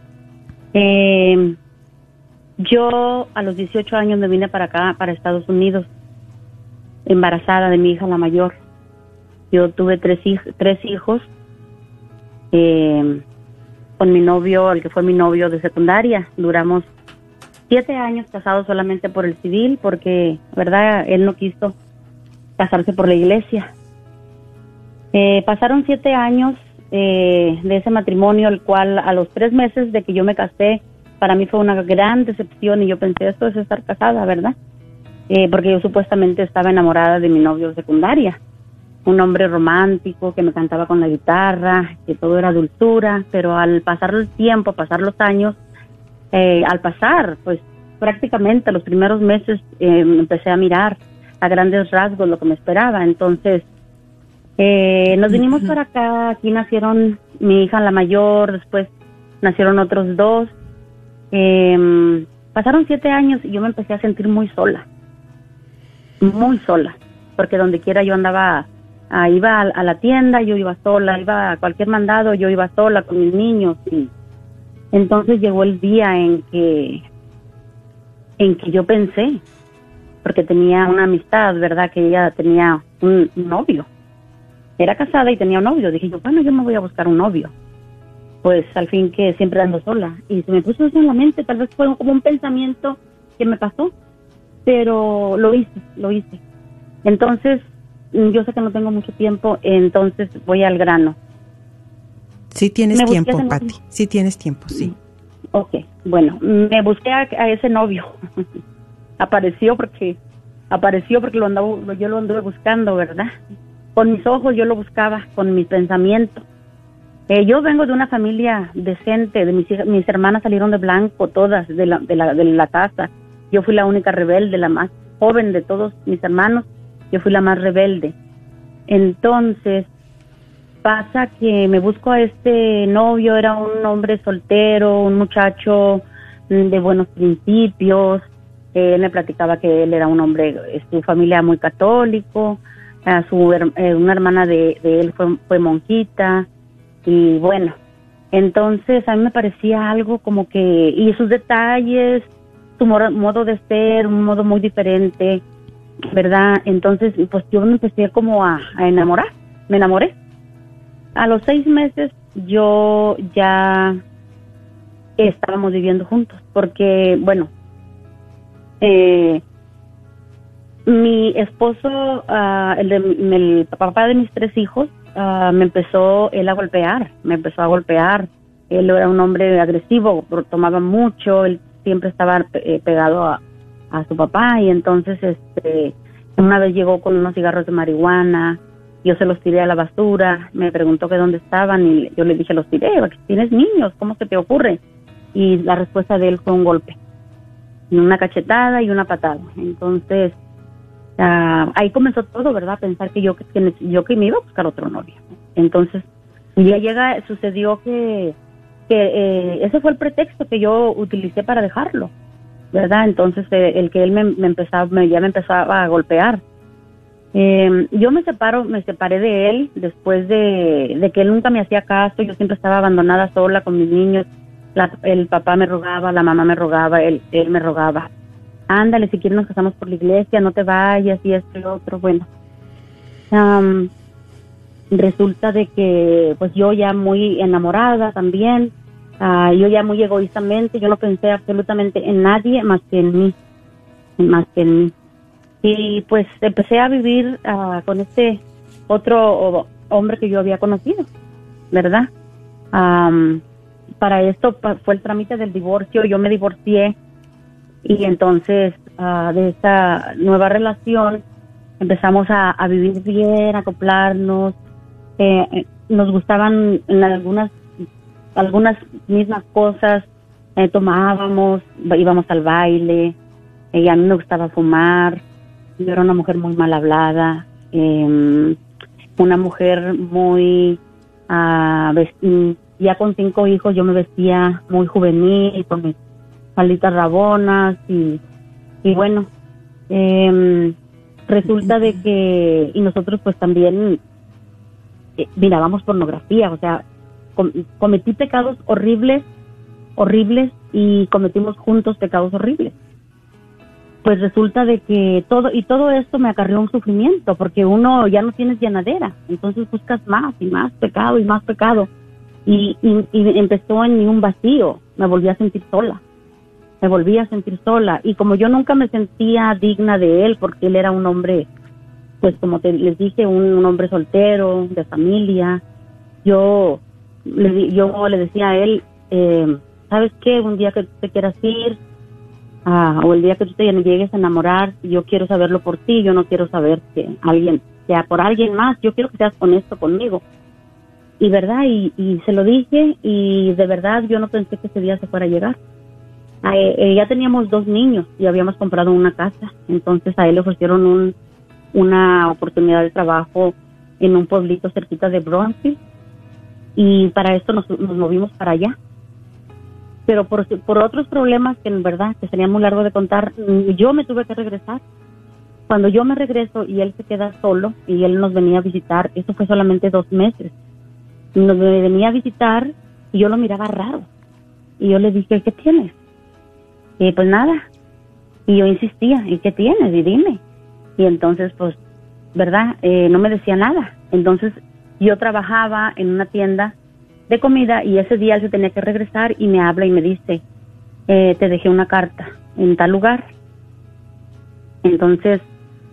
Yo a los 18 años me vine para acá, para Estados Unidos, embarazada de mi hija la mayor. Yo tuve tres hijos con mi novio, el que fue mi novio de secundaria. Duramos 7 años casados solamente por el civil, porque, verdad, él no quiso casarse por la iglesia. Pasaron 7 años de ese matrimonio, el cual a los 3 meses de que yo me casé, para mí fue una gran decepción, y yo pensé, esto es estar casada, ¿verdad? Porque yo supuestamente estaba enamorada de mi novio de secundaria, un hombre romántico que me cantaba con la guitarra, que todo era dulzura, pero al pasar el tiempo, pasar los años, al pasar, pues prácticamente los primeros meses empecé a mirar a grandes rasgos lo que me esperaba. Entonces nos vinimos para acá. Aquí nacieron mi hija la mayor, después nacieron otros 2. Pasaron 7 años y yo me empecé a sentir muy sola, porque donde quiera yo andaba, iba a la tienda, yo iba sola, iba a cualquier mandado, yo iba sola con mis niños. Y entonces llegó el día en que yo pensé, porque tenía una amistad, ¿verdad? Que ella tenía un novio. Era casada y tenía un novio. Dije yo, bueno, yo me voy a buscar un novio. Pues al fin que siempre ando sola. Y se me puso eso en la mente. Tal vez fue como un pensamiento que me pasó. Pero lo hice. Entonces, yo sé que no tengo mucho tiempo, entonces voy al grano. Sí tienes tiempo, Patti. Sí tienes tiempo, sí. Ok, bueno, me busqué a ese novio. Apareció porque yo lo anduve buscando, ¿verdad? Con mis ojos yo lo buscaba, con mis pensamientos. Yo vengo de una familia decente, mis hermanas salieron de blanco todas de la casa. Yo fui la única rebelde, la más joven de todos mis hermanos. Yo fui la más rebelde. Entonces pasa que me busco a este novio. Era un hombre soltero, un muchacho de buenos principios. Él me platicaba que él era un hombre, su familia muy católico. Una hermana de él fue monjita. Y bueno, entonces a mí me parecía algo como que, y sus detalles, su modo de ser, un modo muy diferente, ¿verdad? Entonces, pues yo me empecé como a enamorar, me enamoré. A los 6 meses yo ya estábamos viviendo juntos, porque, bueno, mi esposo, el papá de mis 3 hijos, me empezó a golpear. Él era un hombre agresivo, tomaba mucho, él siempre estaba pegado a su papá, y entonces una vez llegó con unos cigarros de marihuana. Yo se los tiré a la basura, me preguntó que dónde estaban y yo le dije, los tiré, porque tienes niños, ¿cómo se te ocurre? Y la respuesta de él fue un golpe, una cachetada y una patada. Entonces ahí comenzó todo, ¿verdad? Pensar que yo que me iba a buscar otro novio. Entonces un día sucedió que que ese fue el pretexto que yo utilicé para dejarlo, ¿verdad? Entonces el que él ya me empezaba a golpear. Yo me separé de él después de que él nunca me hacía caso. Yo siempre estaba abandonada sola con mis niños. El papá me rogaba, la mamá me rogaba, él me rogaba. Ándale, si quieres nos casamos por la iglesia, no te vayas, y esto y lo otro. Bueno, resulta de que pues yo ya muy enamorada también, yo ya muy egoístamente, yo no pensé absolutamente en nadie más que en mí. Y pues empecé a vivir con este otro hombre que yo había conocido, ¿verdad? Para esto fue el trámite del divorcio, yo me divorcié, y entonces de esta nueva relación empezamos a vivir bien, a acoplarnos. Nos gustaban en algunas mismas cosas, tomábamos, íbamos al baile, y a mí me gustaba fumar. Yo era una mujer muy mal hablada, una mujer muy, ya con 5 hijos yo me vestía muy juvenil, con mis falditas rabonas, y bueno, resulta de que, y nosotros pues también mirábamos pornografía, o sea, cometí pecados horribles, y cometimos juntos pecados horribles. Pues resulta de que todo esto me acarreó un sufrimiento, porque uno ya no tienes llenadera, entonces buscas más y más pecado y más pecado, y empezó en mí un vacío. Me volví a sentir sola, y como yo nunca me sentía digna de él, porque él era un hombre, pues como les dije, un hombre soltero, de familia, yo le decía a él, ¿sabes qué? Un día que te quieras ir, o el día que tú te llegues a enamorar, yo quiero saberlo por ti, yo no quiero saber que alguien sea por alguien más, yo quiero que seas honesto conmigo. Y verdad, y se lo dije, y de verdad yo no pensé que ese día se fuera a llegar. Ya teníamos 2 niños y habíamos comprado una casa, entonces a él le ofrecieron una oportunidad de trabajo en un pueblito cerquita de Bronzeville, y para esto nos movimos para allá. Pero por otros problemas que en verdad que sería muy largo de contar, yo me tuve que regresar. Cuando yo me regreso y él se queda solo, y él nos venía a visitar, eso fue solamente 2 meses, nos venía a visitar y yo lo miraba raro, y yo le dije, ¿qué tienes? Y pues nada, y yo insistía, ¿y qué tienes? Y dime. Y entonces pues, ¿verdad? No me decía nada. Entonces yo trabajaba en una tienda de comida, y ese día él se tenía que regresar, y me habla y me dice, te dejé una carta en tal lugar. Entonces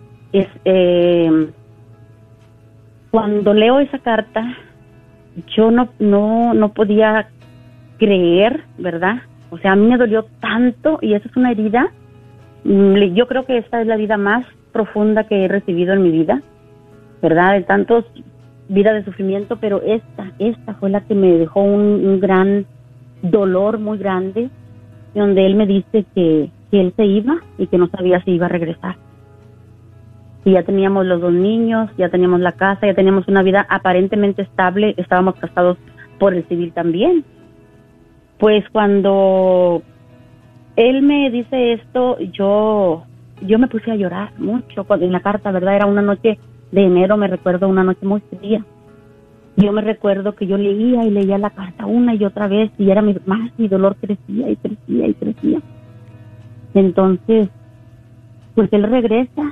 cuando leo esa carta, yo no podía creer, ¿verdad? O sea, a mí me dolió tanto, y eso es una herida. Yo creo que esta es la herida más profunda que he recibido en mi vida, ¿verdad? De tantos vida de sufrimiento, pero esta fue la que me dejó un gran dolor muy grande, donde él me dice que él se iba y que no sabía si iba a regresar. Y ya teníamos los 2 niños, ya teníamos la casa, ya teníamos una vida aparentemente estable, estábamos casados por el civil también. Pues cuando él me dice esto, yo me puse a llorar mucho en la carta, ¿verdad? Era una noche de enero, me recuerdo, una noche muy fría. Yo me recuerdo que yo leía la carta una y otra vez, y era mi dolor crecía y crecía y crecía. Entonces, pues él regresa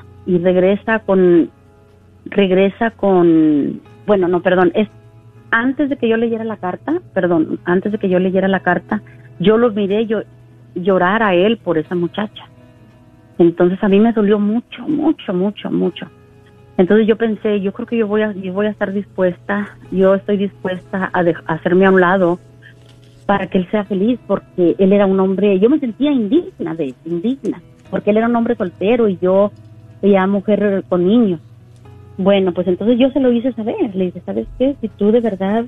con, bueno, no, perdón, antes de que yo leyera la carta, yo lo miré llorar a él por esa muchacha. Entonces a mí me dolió mucho. Entonces yo pensé, yo creo que yo voy a estar dispuesta, yo estoy dispuesta a hacerme a un lado para que él sea feliz, porque él era un hombre, yo me sentía indigna, porque él era un hombre soltero y yo ya mujer con niños. Bueno, pues entonces yo se lo hice saber, le dije, ¿sabes qué? Si tú de verdad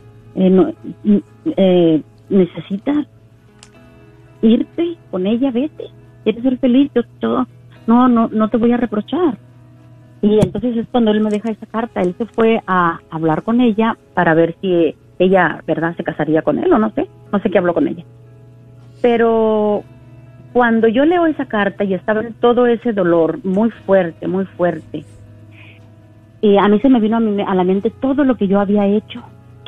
necesitas irte con ella, vete, quieres ser feliz, yo no te voy a reprochar. Y entonces es cuando él me deja esa carta. Él se fue a hablar con ella para ver si ella, ¿verdad?, se casaría con él o no sé. no sé qué habló con ella. Pero cuando yo leo esa carta y estaba en todo ese dolor muy fuerte, y a mí se me vino a la mente todo lo que yo había hecho,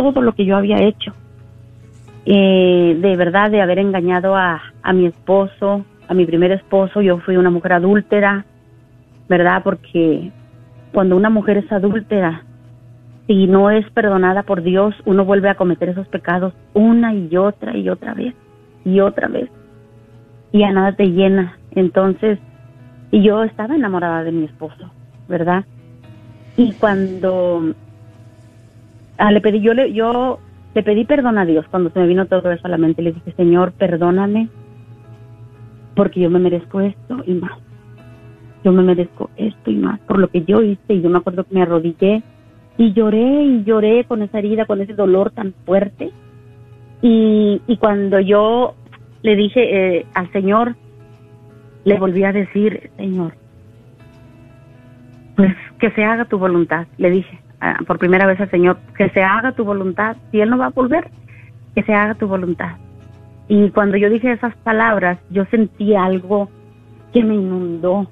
de verdad, de haber engañado a mi esposo, a mi primer esposo. Yo fui una mujer adúltera, ¿verdad? Porque cuando una mujer es adúltera, si no es perdonada por Dios, uno vuelve a cometer esos pecados una y otra vez, y a nada te llena. Entonces, y yo estaba enamorada de mi esposo, ¿verdad? Y cuando le pedí perdón a Dios, cuando se me vino todo eso a la mente, le dije, Señor, perdóname, porque yo me merezco esto y más. Yo me merezco esto y más por lo que yo hice. Y yo me acuerdo que me arrodillé y lloré con esa herida, con ese dolor tan fuerte. Y cuando yo le dije al Señor, le volví a decir, Señor, pues que se haga tu voluntad. Le dije por primera vez al Señor, que se haga tu voluntad. Si Él no va a volver, que se haga tu voluntad. Y cuando yo dije esas palabras, yo sentí algo que me inundó.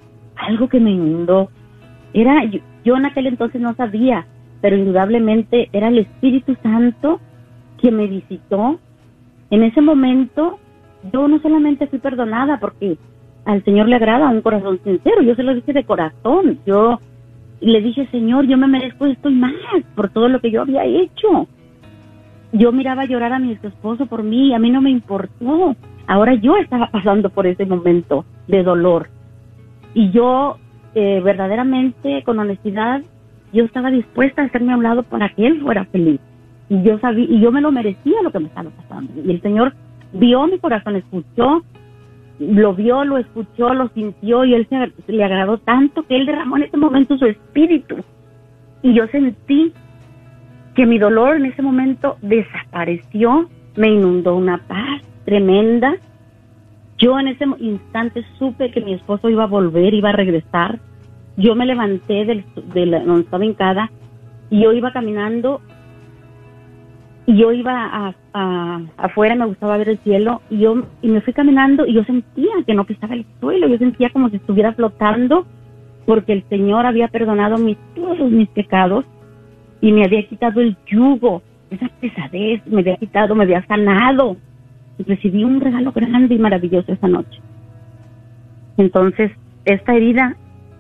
Yo en aquel entonces no sabía, pero indudablemente era el Espíritu Santo que me visitó. En ese momento, yo no solamente fui perdonada, porque al Señor le agrada un corazón sincero. Yo se lo dije de corazón. Yo le dije, Señor, yo me merezco esto y más por todo lo que yo había hecho. Yo miraba llorar a mi esposo por mí, a mí no me importó. Ahora yo estaba pasando por ese momento de dolor. Y yo, verdaderamente, con honestidad, yo estaba dispuesta a hacerme a un lado para que él fuera feliz. Y yo me lo merecía lo que me estaba pasando. Y el Señor vio mi corazón, escuchó, lo vio, lo escuchó, lo sintió, y él le agradó tanto que él derramó en ese momento su espíritu. Y yo sentí que mi dolor en ese momento desapareció, me inundó una paz tremenda. Yo en ese instante supe que mi esposo iba a volver, iba a regresar. Yo me levanté donde estaba hincada, y yo iba caminando, y yo iba afuera, me gustaba ver el cielo, y me fui caminando, y yo sentía que no pisaba el suelo, yo sentía como si estuviera flotando, porque el Señor había perdonado todos mis pecados, y me había quitado el yugo, esa pesadez, me había sanado. Y recibí un regalo grande y maravilloso esa noche. Entonces, esta herida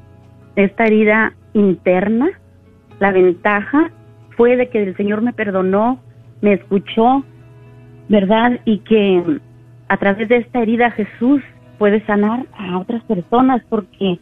interna, la ventaja fue de que el Señor me perdonó, me escuchó, ¿verdad? Y que a través de esta herida Jesús puede sanar a otras personas, porque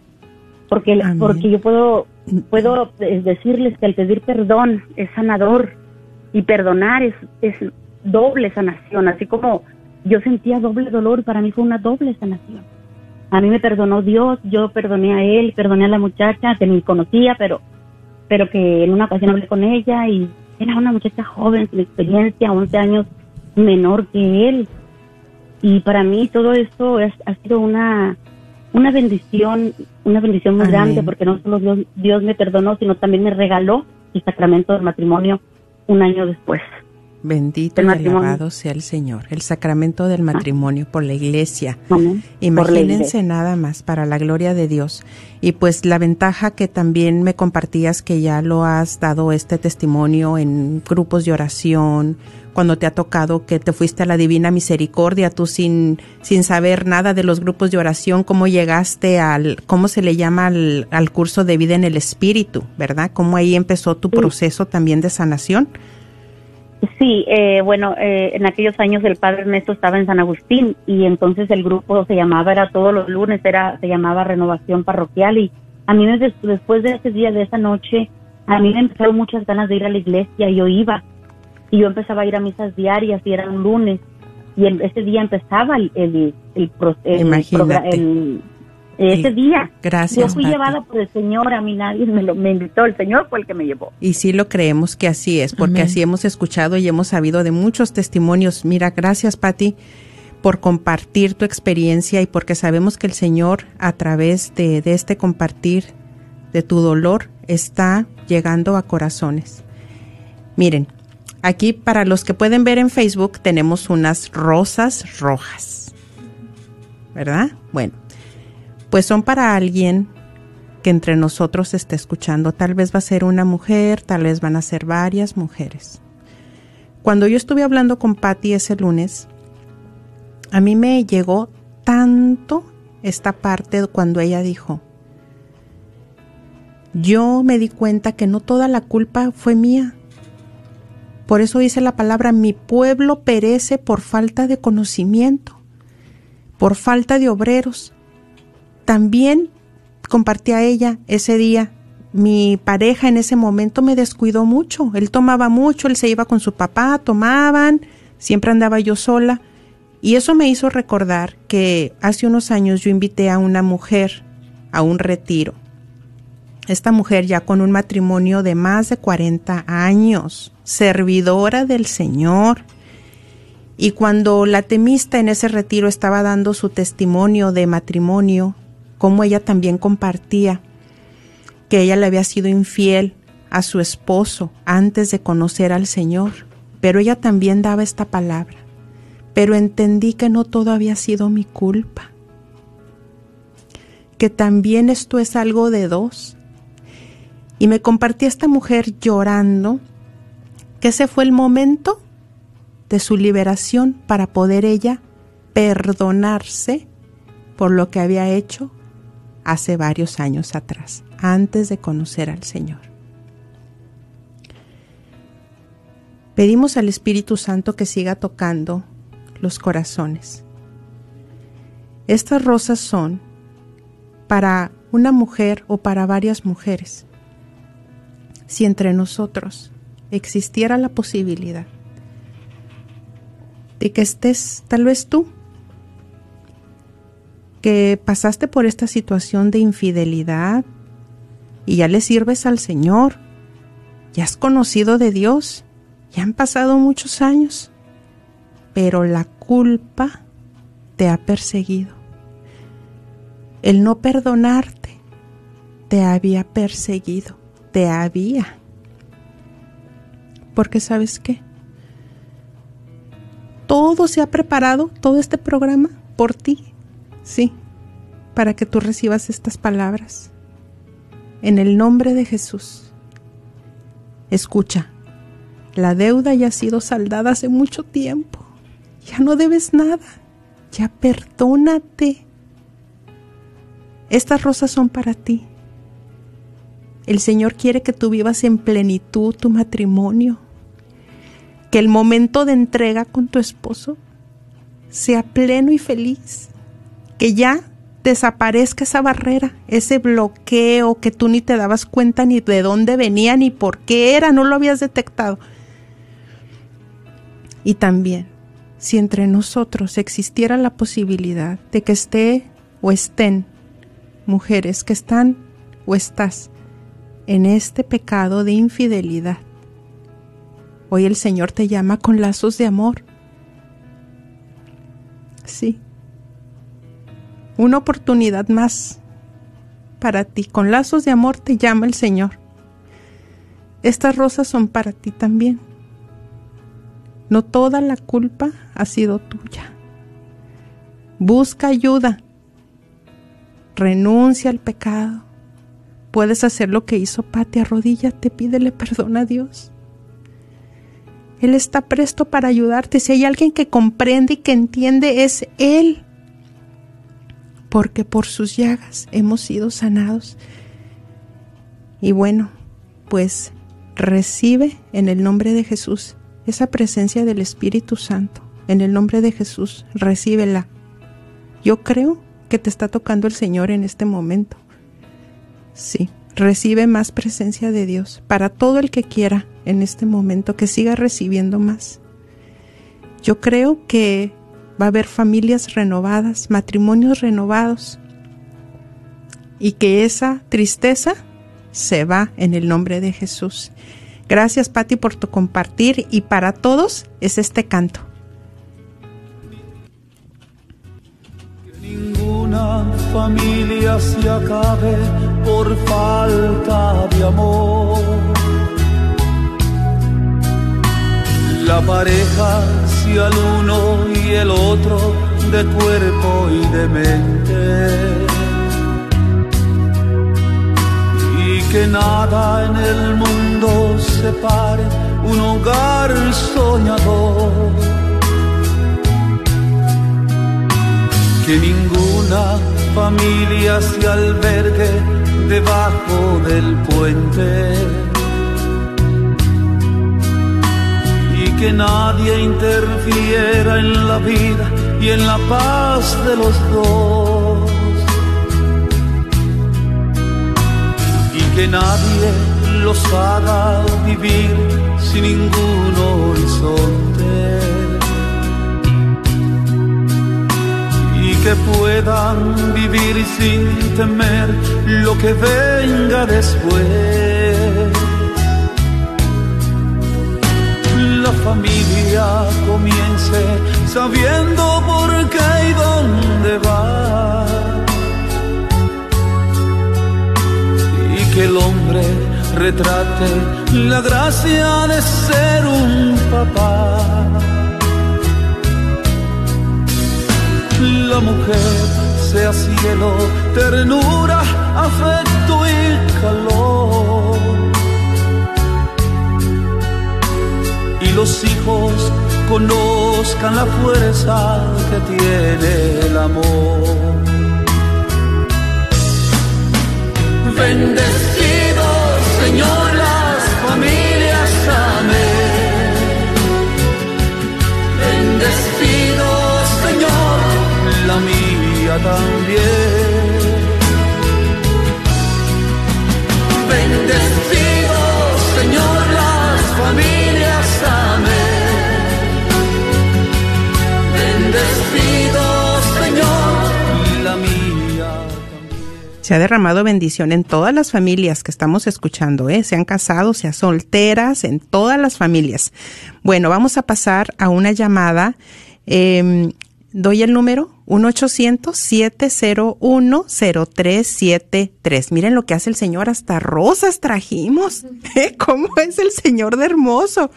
yo puedo decirles que al pedir perdón es sanador, y perdonar es doble sanación. Así como yo sentía doble dolor, para mí fue una doble sanación. A mí me perdonó Dios, yo perdoné a él, perdoné a la muchacha que ni conocía, pero que en una ocasión hablé con ella, y era una muchacha joven, sin experiencia, 11 años menor que él. Y para mí todo esto ha sido una bendición muy grande, porque no solo Dios me perdonó, sino también me regaló el sacramento del matrimonio un año después. Bendito y alabado sea el Señor, el sacramento del matrimonio por la Iglesia. Amén. Imagínense nada más, para la gloria de Dios. Y pues la ventaja que también me compartías, que ya lo has dado este testimonio en grupos de oración, cuando te ha tocado que te fuiste a la Divina Misericordia, tú sin saber nada de los grupos de oración, cómo llegaste ¿cómo se le llama al curso de vida en el Espíritu, verdad? ¿Cómo ahí empezó tu proceso también de sanación? Sí, en aquellos años el padre Ernesto estaba en San Agustín, y entonces el grupo era todos los lunes, se llamaba Renovación Parroquial, y a mí después de ese día, de esa noche, a mí me empezaron muchas ganas de ir a la iglesia, y yo iba, y yo empezaba a ir a misas diarias, y era un lunes, y ese día empezaba ese día. Gracias, yo fui Pati. llevada por el Señor, a mí nadie me invitó, el Señor fue el que me llevó. Y sí lo creemos que así es, porque así hemos escuchado y hemos sabido de muchos testimonios. Mira, gracias, Pati, por compartir tu experiencia, y porque sabemos que el Señor, a través de este compartir de tu dolor, está llegando a corazones. Miren, Aquí, para los que pueden ver en Facebook, tenemos unas rosas rojas, ¿verdad? Bueno, pues son para alguien que entre nosotros esté escuchando. Tal vez va a ser una mujer, tal vez van a ser varias mujeres. Cuando yo estuve hablando con Patty ese lunes, a mí me llegó tanto esta parte cuando ella dijo, yo me di cuenta que no toda la culpa fue mía. Por eso dice la palabra, mi pueblo perece por falta de conocimiento, por falta de obreros. También compartía ella ese día, mi pareja en ese momento me descuidó mucho. Él tomaba mucho, él se iba con su papá, tomaban, siempre andaba yo sola. Y eso me hizo recordar que hace unos años yo invité a una mujer a un retiro. Esta mujer ya con un matrimonio de más de 40 años, servidora del Señor. Y cuando la temista en ese retiro estaba dando su testimonio de matrimonio, como ella también compartía que ella le había sido infiel a su esposo antes de conocer al Señor, pero ella también daba esta palabra. Pero entendí que no todo había sido mi culpa, que también esto es algo de dos. Y me compartía esta mujer llorando que ese fue el momento de su liberación para poder ella perdonarse por lo que había hecho hace varios años atrás, antes de conocer al Señor. Pedimos al Espíritu Santo que siga tocando los corazones. Estas rosas son para una mujer o para varias mujeres. Si entre nosotros existiera la posibilidad de que estés, tal vez tú, que pasaste por esta situación de infidelidad y ya le sirves al Señor, ya has conocido de Dios, ya han pasado muchos años, pero la culpa te ha perseguido. El no perdonarte te había perseguido, te había. Porque ¿sabes qué? Todo se ha preparado, todo este programa, por ti, sí, para que tú recibas estas palabras. En el nombre de Jesús, escucha, la deuda ya ha sido saldada hace mucho tiempo. Ya no debes nada, ya perdónate. Estas rosas son para ti. El Señor quiere que tú vivas en plenitud tu matrimonio, que el momento de entrega con tu esposo sea pleno y feliz, que ya desaparezca esa barrera, ese bloqueo que tú ni te dabas cuenta ni de dónde venía ni por qué era, no lo habías detectado. Y también, si entre nosotros existiera la posibilidad de que esté o estén mujeres que están o estás en este pecado de infidelidad, hoy el Señor te llama con lazos de amor. Sí. Una oportunidad más para ti. Con lazos de amor te llama el Señor. Estas rosas son para ti también. No toda la culpa ha sido tuya. Busca ayuda. Renuncia al pecado. Puedes hacer lo que hizo Patty, arrodíllate, pídele perdón a Dios. Él está presto para ayudarte. Si hay alguien que comprende y que entiende, es Él. Porque por sus llagas hemos sido sanados. Y bueno, pues recibe en el nombre de Jesús esa presencia del Espíritu Santo. En el nombre de Jesús, recíbela. Yo creo que te está tocando el Señor en este momento. Sí, recibe más presencia de Dios. Para todo el que quiera en este momento, que siga recibiendo más. Yo creo que va a haber familias renovadas, matrimonios renovados, y que esa tristeza se va en el nombre de Jesús. Gracias, Patty, por tu compartir, y para todos es este canto. Que ninguna familia se acabe por falta de amor. la pareja sea el uno y el otro de cuerpo y de mente. Y que nada en el mundo separe un hogar soñador. Que ninguna familia se albergue debajo del puente. Y que nadie interfiera en la vida y en la paz de los dos. Y que nadie los haga vivir sin ningún horizonte. Y que puedan vivir sin temer lo que venga después. La familia comience sabiendo por qué y dónde va. Y que el hombre retrate la gracia de ser un papá. La mujer sea cielo, ternura, afecto y calor. Y los hijos conozcan la fuerza que tiene el amor. Bendecidos, Señor, las familias, amén. Bendecidos, Señor, la mía también. Bendecidos, Señor, las familias, amén. Bendecidos, Señor, la mía también. Se ha derramado bendición en todas las familias que estamos escuchando, sean casados, sean solteras, en todas las familias. Bueno, vamos a pasar a una llamada. Doy el número 1-800-701-0373. Miren lo que hace el Señor, hasta rosas trajimos. ¿Cómo es el Señor de hermoso?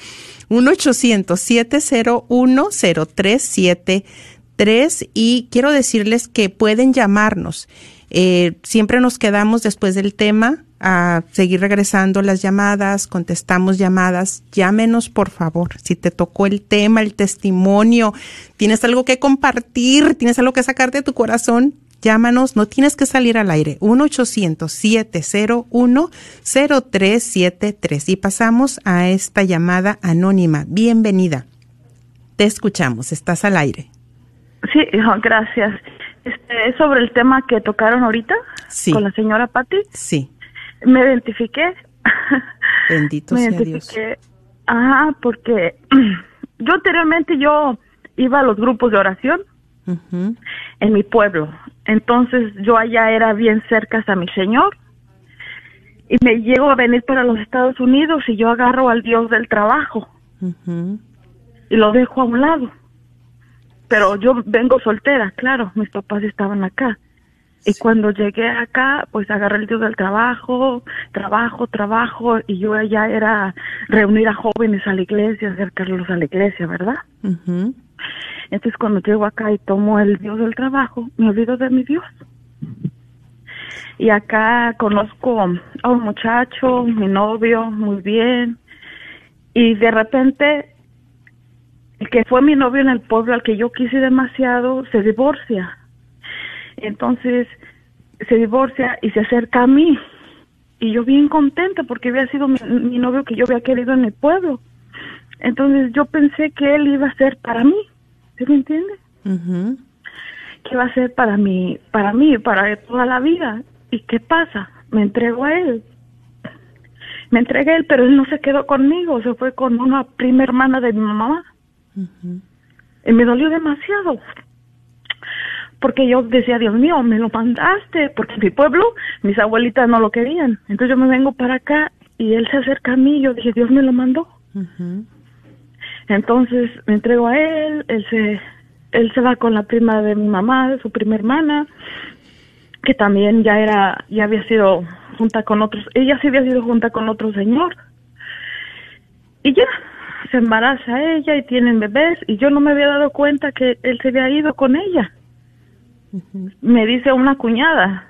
1-800-701-0373. Y quiero decirles que pueden llamarnos. Siempre nos quedamos después del tema a seguir regresando las llamadas, contestamos llamadas. Llámenos, por favor. Si te tocó el tema, el testimonio, tienes algo que compartir, tienes algo que sacarte de tu corazón, llámanos. No tienes que salir al aire. 1-800-701-0373. Y pasamos a esta llamada anónima. Bienvenida. Te escuchamos. Estás al aire. Sí, gracias. ¿Es sobre el tema que tocaron ahorita? Sí. ¿Con la señora Patti? Sí. Me identifiqué. Bendito sea Dios. Porque yo anteriormente iba a los grupos de oración en mi pueblo. Entonces yo allá era bien cerca a mi Señor. Y me llego a venir para los Estados Unidos y yo agarro al Dios del trabajo. Y lo dejo a un lado. Pero yo vengo soltera, claro, mis papás estaban acá. Y cuando llegué acá, pues agarré el Dios del trabajo, y yo allá era reunir a jóvenes a la iglesia, acercarlos a la iglesia, ¿verdad? Entonces cuando llego acá y tomo el Dios del trabajo, me olvido de mi Dios. Y acá conozco a un muchacho, mi novio, muy bien, y de repente el que fue mi novio en el pueblo, al que yo quise demasiado, se divorcia. Entonces se divorcia y se acerca a mí. Y yo bien contenta porque había sido mi novio que yo había querido en el pueblo. Entonces yo pensé que él iba a ser para mí. ¿Sí me entiende? Que iba a ser para mí, para toda la vida. ¿Y qué pasa? Me entrego a él. Me entregué a él, pero él no se quedó conmigo. Se fue con una prima hermana de mi mamá. Y me dolió demasiado. Porque yo decía, Dios mío, me lo mandaste. Porque en mi pueblo, mis abuelitas no lo querían. Entonces yo me vengo para acá y él se acerca a mí. Yo dije, Dios me lo mandó. Entonces me entrego a él. Él se va con la prima de mi mamá, su prima hermana, que también ya había sido junta con otros. Ella sí había sido junta con otro señor. Y ya, se embaraza ella y tienen bebés y yo no me había dado cuenta que él se había ido con ella. Me dice una cuñada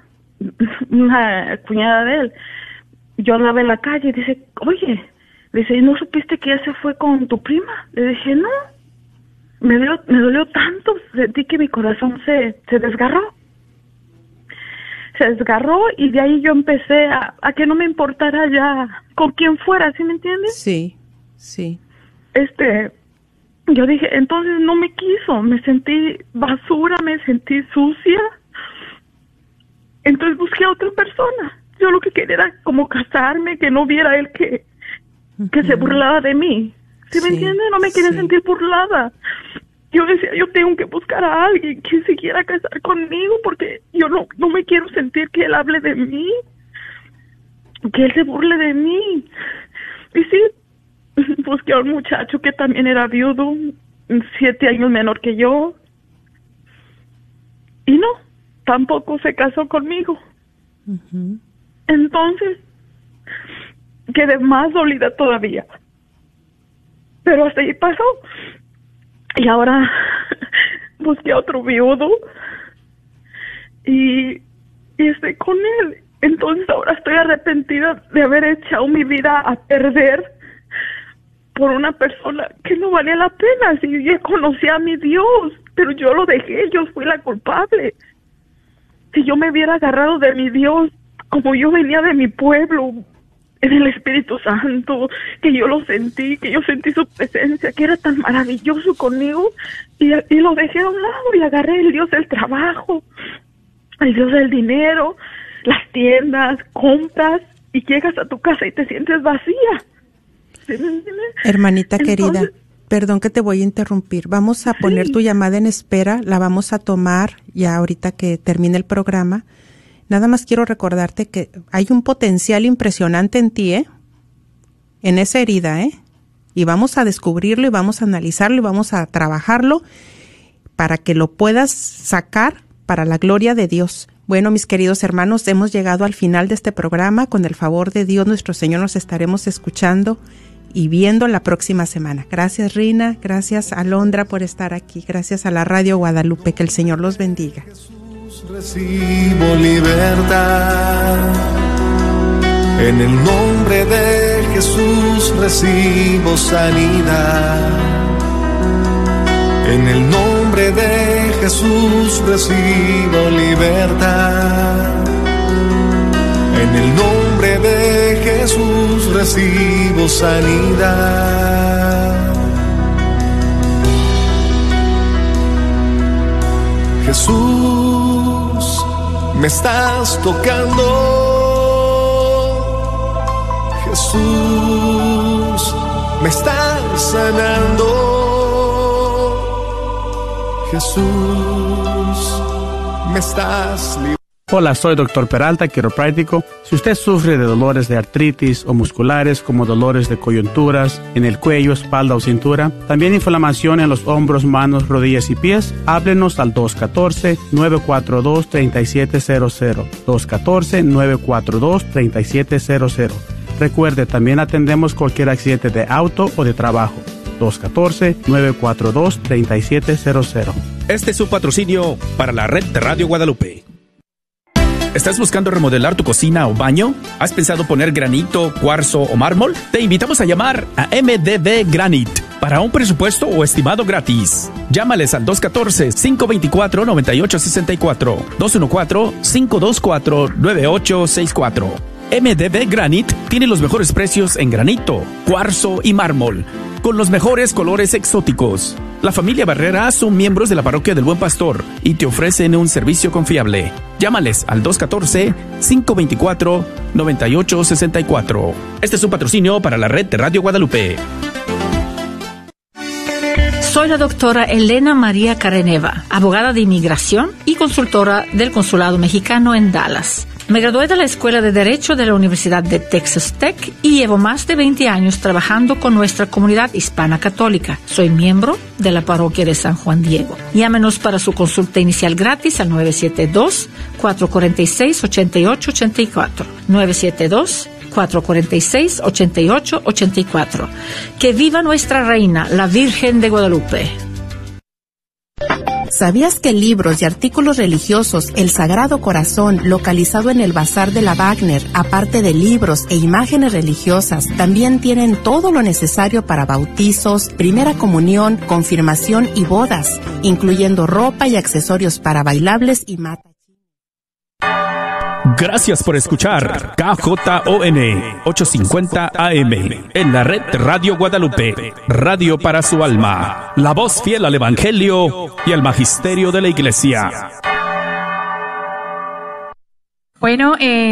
de él. Yo andaba en la calle y dice, oye, dice, ¿no supiste que él se fue con tu prima? Le dije, no. Me dolió tanto, sentí que mi corazón se desgarró. Se desgarró y de ahí yo empecé a que no me importara ya con quién fuera, ¿sí me entiendes? Sí, sí. Yo dije, entonces no me quiso, me sentí basura, me sentí sucia. Entonces busqué a otra persona. Yo lo que quería era como casarme, que no viera él que se burlaba de mí. ¿Sí me entiendes? No me quería sentir burlada. Yo decía, yo tengo que buscar a alguien que se quiera casar conmigo porque yo no me quiero sentir que él hable de mí, que él se burle de mí. Y sí, busqué a un muchacho que también era viudo, 7 años menor que yo. Y no, tampoco se casó conmigo. Entonces, quedé más dolida todavía. Pero hasta ahí pasó. Y ahora busqué a otro viudo y estoy con él. Entonces ahora estoy arrepentida de haber echado mi vida a perder por una persona que no valía la pena. Si yo ya conocía a mi Dios, pero yo lo dejé, yo fui la culpable. Si yo me hubiera agarrado de mi Dios, como yo venía de mi pueblo, en el Espíritu Santo, que yo lo sentí, que yo sentí su presencia, que era tan maravilloso conmigo, y lo dejé a un lado y agarré el Dios del trabajo, el Dios del dinero, las tiendas, compras, y llegas a tu casa y te sientes vacía. ¿Sí me entiendes? Hermanita querida, perdón que te voy a interrumpir. Vamos a poner tu llamada en espera, la vamos a tomar ya ahorita que termine el programa. Nada más quiero recordarte que hay un potencial impresionante en ti, en esa herida, y vamos a descubrirlo y vamos a analizarlo y vamos a trabajarlo para que lo puedas sacar para la gloria de Dios. Bueno, mis queridos hermanos, hemos llegado al final de este programa. Con el favor de Dios, nuestro Señor, nos estaremos escuchando y viendo la próxima semana. Gracias, Rina. Gracias, Alondra, por estar aquí. Gracias a la Radio Guadalupe. Que el Señor los bendiga. Recibo libertad, en el nombre de Jesús recibo sanidad, en el nombre de Jesús recibo libertad, en el nombre de Jesús recibo sanidad. Jesús, me estás tocando, Jesús, me estás sanando, Jesús, me estás librando. Hola, soy Dr. Peralta, quiropráctico. Si usted sufre de dolores de artritis o musculares como dolores de coyunturas en el cuello, espalda o cintura, también inflamación en los hombros, manos, rodillas y pies, háblenos al 214-942-3700. 214-942-3700. Recuerde, también atendemos cualquier accidente de auto o de trabajo. 214-942-3700. Este es su patrocinio para la red de Radio Guadalupe. ¿Estás buscando remodelar tu cocina o baño? ¿Has pensado poner granito, cuarzo o mármol? Te invitamos a llamar a MDB Granite para un presupuesto o estimado gratis. Llámales al 214-524-9864, 214-524-9864. MDB Granite tiene los mejores precios en granito, cuarzo y mármol, con los mejores colores exóticos. La familia Barrera son miembros de la Parroquia del Buen Pastor y te ofrecen un servicio confiable. Llámales al 214-524-9864. Este es un patrocinio para la red de Radio Guadalupe. Soy la doctora Elena María Careneva, abogada de inmigración y consultora del Consulado Mexicano en Dallas. Me gradué de la Escuela de Derecho de la Universidad de Texas Tech y llevo más de 20 años trabajando con nuestra comunidad hispana católica. Soy miembro de la Parroquia de San Juan Diego. Llámenos para su consulta inicial gratis al 972-446-8884. 446-8884. Que viva nuestra reina, la Virgen de Guadalupe. ¿Sabías que libros y artículos religiosos El Sagrado Corazón, localizado en el Bazar de la Wagner, aparte de libros e imágenes religiosas, también tienen todo lo necesario para bautizos, primera comunión, confirmación y bodas, incluyendo ropa y accesorios para bailables y mata? Gracias por escuchar KJON 850 AM en la red Radio Guadalupe, radio para su alma, la voz fiel al Evangelio y al Magisterio de la Iglesia. Bueno,